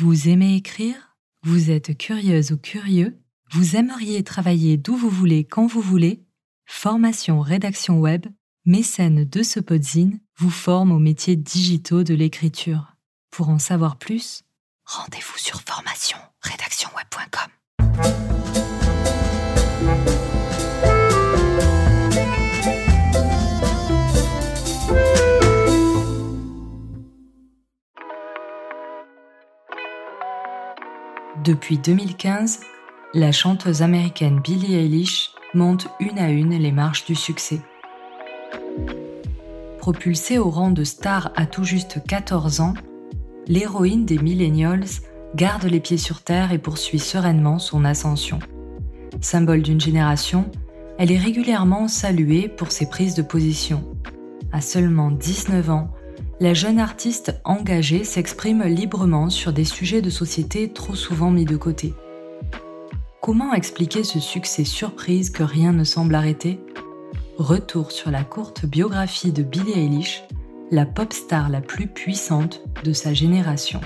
Vous aimez écrire ? Vous êtes curieuse ou curieux ? Vous aimeriez travailler d'où vous voulez, quand vous voulez ? Formation Rédaction Web, mécène de ce podzine, vous forme aux métiers digitaux de l'écriture. Pour en savoir plus, rendez-vous sur formationredactionweb.com. Depuis 2015, la chanteuse américaine Billie Eilish monte une à une les marches du succès. Propulsée au rang de star à tout juste 14 ans, l'héroïne des millennials garde les pieds sur terre et poursuit sereinement son ascension. Symbole d'une génération, elle est régulièrement saluée pour ses prises de position. À seulement 19 ans, la jeune artiste engagée s'exprime librement sur des sujets de société trop souvent mis de côté. Comment expliquer ce succès surprise que rien ne semble arrêter ? Retour sur la courte biographie de Billie Eilish, la pop star la plus puissante de sa génération.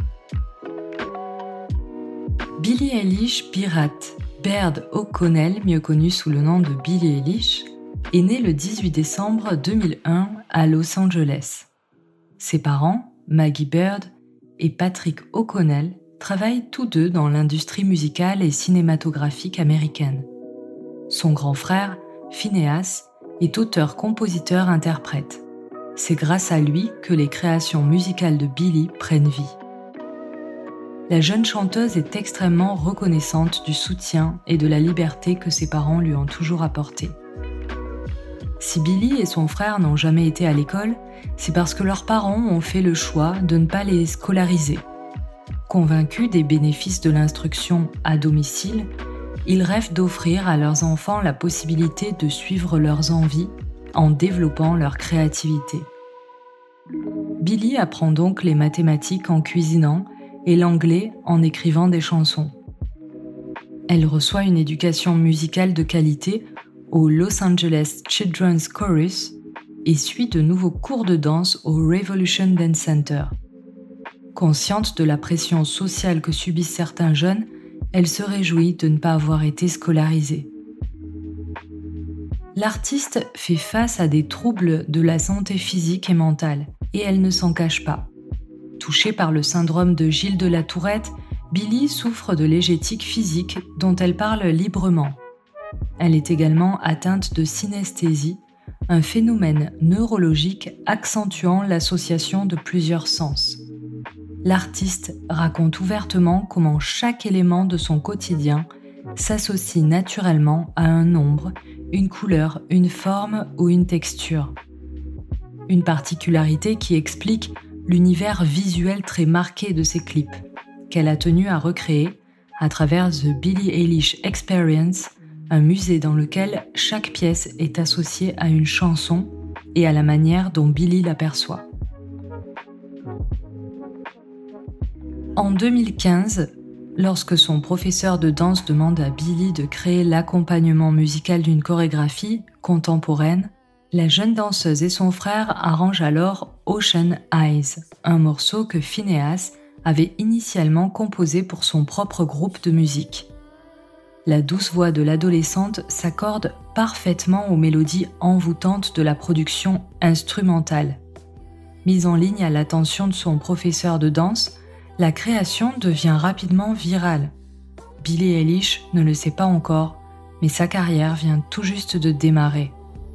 Billie Eilish pirate Baird O'Connell, mieux connue sous le nom de Billie Eilish, est née le 18 décembre 2001 à Los Angeles. Ses parents, Maggie Baird et Patrick O'Connell, travaillent tous deux dans l'industrie musicale et cinématographique américaine. Son grand frère, Phineas, est auteur-compositeur-interprète. C'est grâce à lui que les créations musicales de Billie prennent vie. La jeune chanteuse est extrêmement reconnaissante du soutien et de la liberté que ses parents lui ont toujours apporté. Si Billie et son frère n'ont jamais été à l'école, c'est parce que leurs parents ont fait le choix de ne pas les scolariser. Convaincus des bénéfices de l'instruction à domicile, ils rêvent d'offrir à leurs enfants la possibilité de suivre leurs envies en développant leur créativité. Billie apprend donc les mathématiques en cuisinant et l'anglais en écrivant des chansons. Elle reçoit une éducation musicale de qualité au Los Angeles Children's Chorus et suit de nouveaux cours de danse au Revolution Dance Center. Consciente de la pression sociale que subissent certains jeunes, elle se réjouit de ne pas avoir été scolarisée. L'artiste fait face à des troubles de la santé physique et mentale, et elle ne s'en cache pas. Touchée par le syndrome de Gilles de la Tourette, Billie souffre de légétique physique dont elle parle librement. Elle est également atteinte de synesthésie, un phénomène neurologique accentuant l'association de plusieurs sens. L'artiste raconte ouvertement comment chaque élément de son quotidien s'associe naturellement à un nombre, une couleur, une forme ou une texture. Une particularité qui explique l'univers visuel très marqué de ses clips, qu'elle a tenu à recréer à travers The Billie Eilish Experience, un musée dans lequel chaque pièce est associée à une chanson et à la manière dont Billie l'aperçoit. En 2015, lorsque son professeur de danse demande à Billie de créer l'accompagnement musical d'une chorégraphie contemporaine, la jeune danseuse et son frère arrangent alors Ocean Eyes, un morceau que Phineas avait initialement composé pour son propre groupe de musique. La douce voix de l'adolescente s'accorde parfaitement aux mélodies envoûtantes de la production instrumentale. Mise en ligne à l'attention de son professeur de danse, la création devient rapidement virale. Billie Eilish ne le sait pas encore, mais sa carrière vient tout juste de démarrer.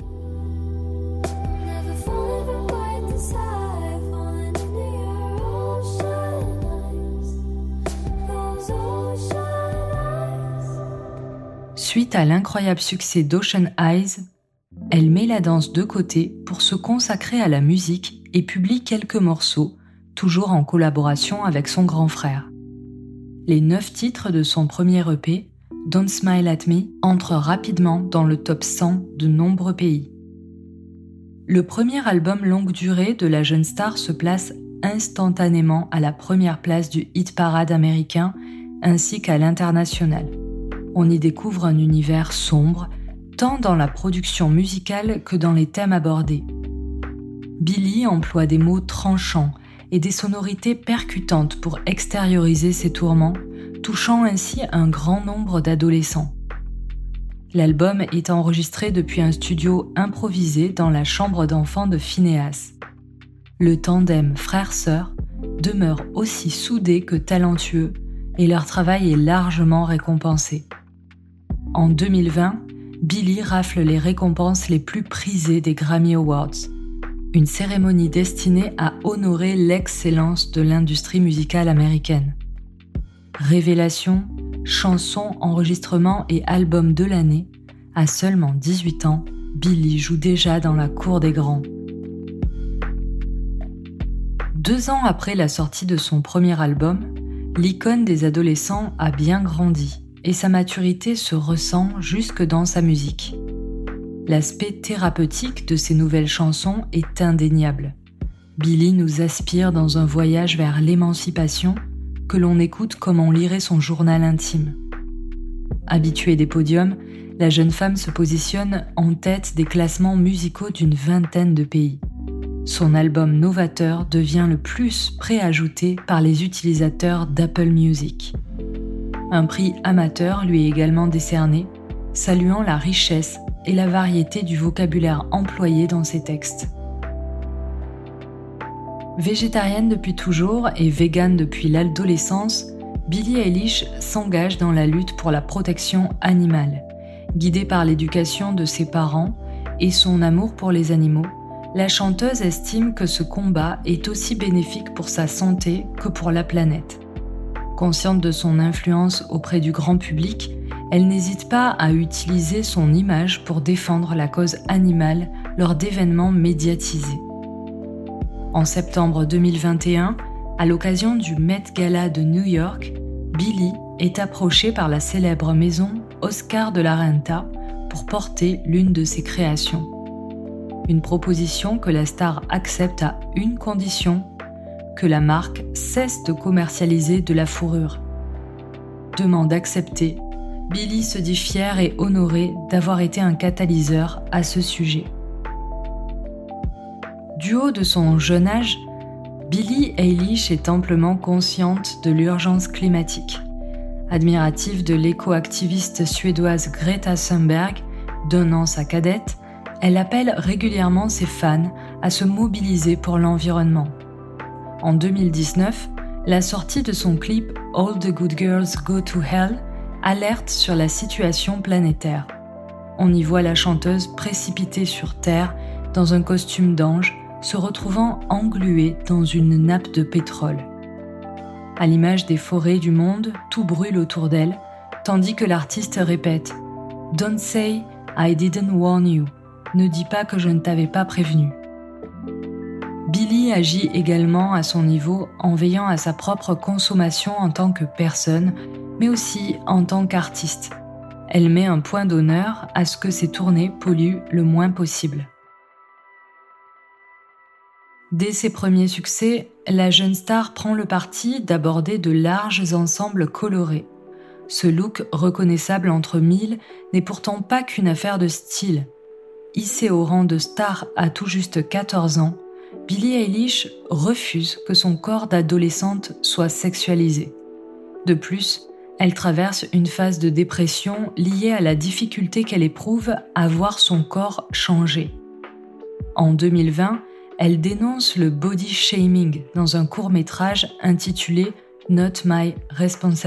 Suite à l'incroyable succès d'Ocean Eyes, elle met la danse de côté pour se consacrer à la musique et publie quelques morceaux, toujours en collaboration avec son grand frère. Les 9 titres de son premier EP, Don't Smile at Me, entrent rapidement dans le top 100 de nombreux pays. Le premier album longue durée de la jeune star se place instantanément à la première place du hit-parade américain ainsi qu'à l'international. On y découvre un univers sombre, tant dans la production musicale que dans les thèmes abordés. Billie emploie des mots tranchants et des sonorités percutantes pour extérioriser ses tourments, touchant ainsi un grand nombre d'adolescents. L'album est enregistré depuis un studio improvisé dans la chambre d'enfant de Phineas. Le tandem frère-sœur demeure aussi soudé que talentueux et leur travail est largement récompensé. En 2020, Billy rafle les récompenses les plus prisées des Grammy Awards, une cérémonie destinée à honorer l'excellence de l'industrie musicale américaine. Révélation, chanson, enregistrement et album de l'année, à seulement 18 ans, Billy joue déjà dans la cour des grands. 2 ans après la sortie de son premier album, l'icône des adolescents a bien grandi et sa maturité se ressent jusque dans sa musique. L'aspect thérapeutique de ces nouvelles chansons est indéniable. Billy nous aspire dans un voyage vers l'émancipation que l'on écoute comme on lirait son journal intime. Habituée des podiums, la jeune femme se positionne en tête des classements musicaux d'une 20aine de pays. Son album novateur devient le plus préajouté par les utilisateurs d'Apple Music. Un prix amateur lui est également décerné, saluant la richesse et la variété du vocabulaire employé dans ses textes. Végétarienne depuis toujours et végane depuis l'adolescence, Billie Eilish s'engage dans la lutte pour la protection animale. Guidée par l'éducation de ses parents et son amour pour les animaux, la chanteuse estime que ce combat est aussi bénéfique pour sa santé que pour la planète. Consciente de son influence auprès du grand public, elle n'hésite pas à utiliser son image pour défendre la cause animale lors d'événements médiatisés. En septembre 2021, à l'occasion du Met Gala de New York, Billie est approchée par la célèbre maison Oscar de la Renta pour porter l'une de ses créations. Une proposition que la star accepte à une condition, que la marque cesse de commercialiser de la fourrure. Demande acceptée, Billie se dit fière et honorée d'avoir été un catalyseur à ce sujet. Du haut de son jeune âge, Billie Eilish est amplement consciente de l'urgence climatique. Admirative de l'éco-activiste suédoise Greta Thunberg, d'un an sa cadette, elle appelle régulièrement ses fans à se mobiliser pour l'environnement. En 2019, la sortie de son clip « All the Good Girls Go to Hell » alerte sur la situation planétaire. On y voit la chanteuse précipitée sur Terre dans un costume d'ange, se retrouvant engluée dans une nappe de pétrole. À l'image des forêts du monde, tout brûle autour d'elle, tandis que l'artiste répète « Don't say I didn't warn you ». Ne dis pas que je ne t'avais pas prévenu. Billie agit également à son niveau en veillant à sa propre consommation en tant que personne, mais aussi en tant qu'artiste. Elle met un point d'honneur à ce que ses tournées polluent le moins possible. Dès ses premiers succès, la jeune star prend le parti d'aborder de larges ensembles colorés. Ce look reconnaissable entre mille n'est pourtant pas qu'une affaire de style. Hissée au rang de star à tout juste 14 ans, Billie Eilish refuse que son corps d'adolescente soit sexualisé. De plus, elle traverse une phase de dépression liée à la difficulté qu'elle éprouve à voir son corps changer. En 2020, elle dénonce le body shaming dans un court-métrage intitulé « Not My Responsibility ».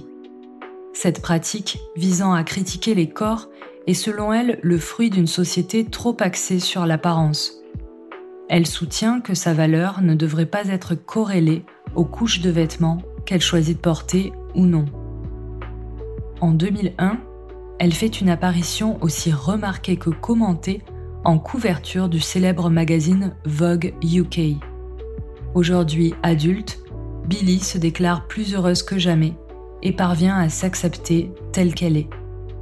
Cette pratique, visant à critiquer les corps, est selon elle le fruit d'une société trop axée sur l'apparence. Elle soutient que sa valeur ne devrait pas être corrélée aux couches de vêtements qu'elle choisit de porter ou non. En 2001, elle fait une apparition aussi remarquée que commentée en couverture du célèbre magazine Vogue UK. Aujourd'hui adulte, Billie se déclare plus heureuse que jamais et parvient à s'accepter telle qu'elle est.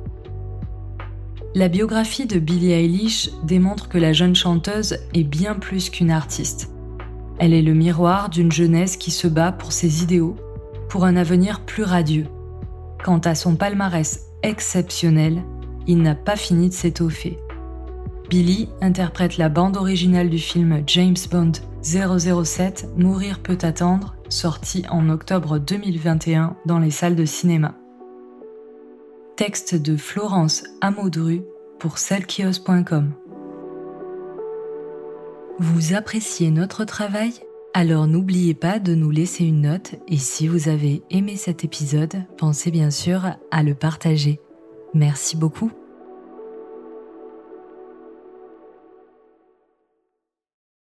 La biographie de Billie Eilish démontre que la jeune chanteuse est bien plus qu'une artiste. Elle est le miroir d'une jeunesse qui se bat pour ses idéaux, pour un avenir plus radieux. Quant à son palmarès exceptionnel, il n'a pas fini de s'étoffer. Billy interprète la bande originale du film James Bond 007 Mourir peut attendre, sorti en octobre 2021 dans les salles de cinéma. Texte de Florence Amodru pour selkios.com. Vous appréciez notre travail ? Alors n'oubliez pas de nous laisser une note et si vous avez aimé cet épisode, pensez bien sûr à le partager. Merci beaucoup.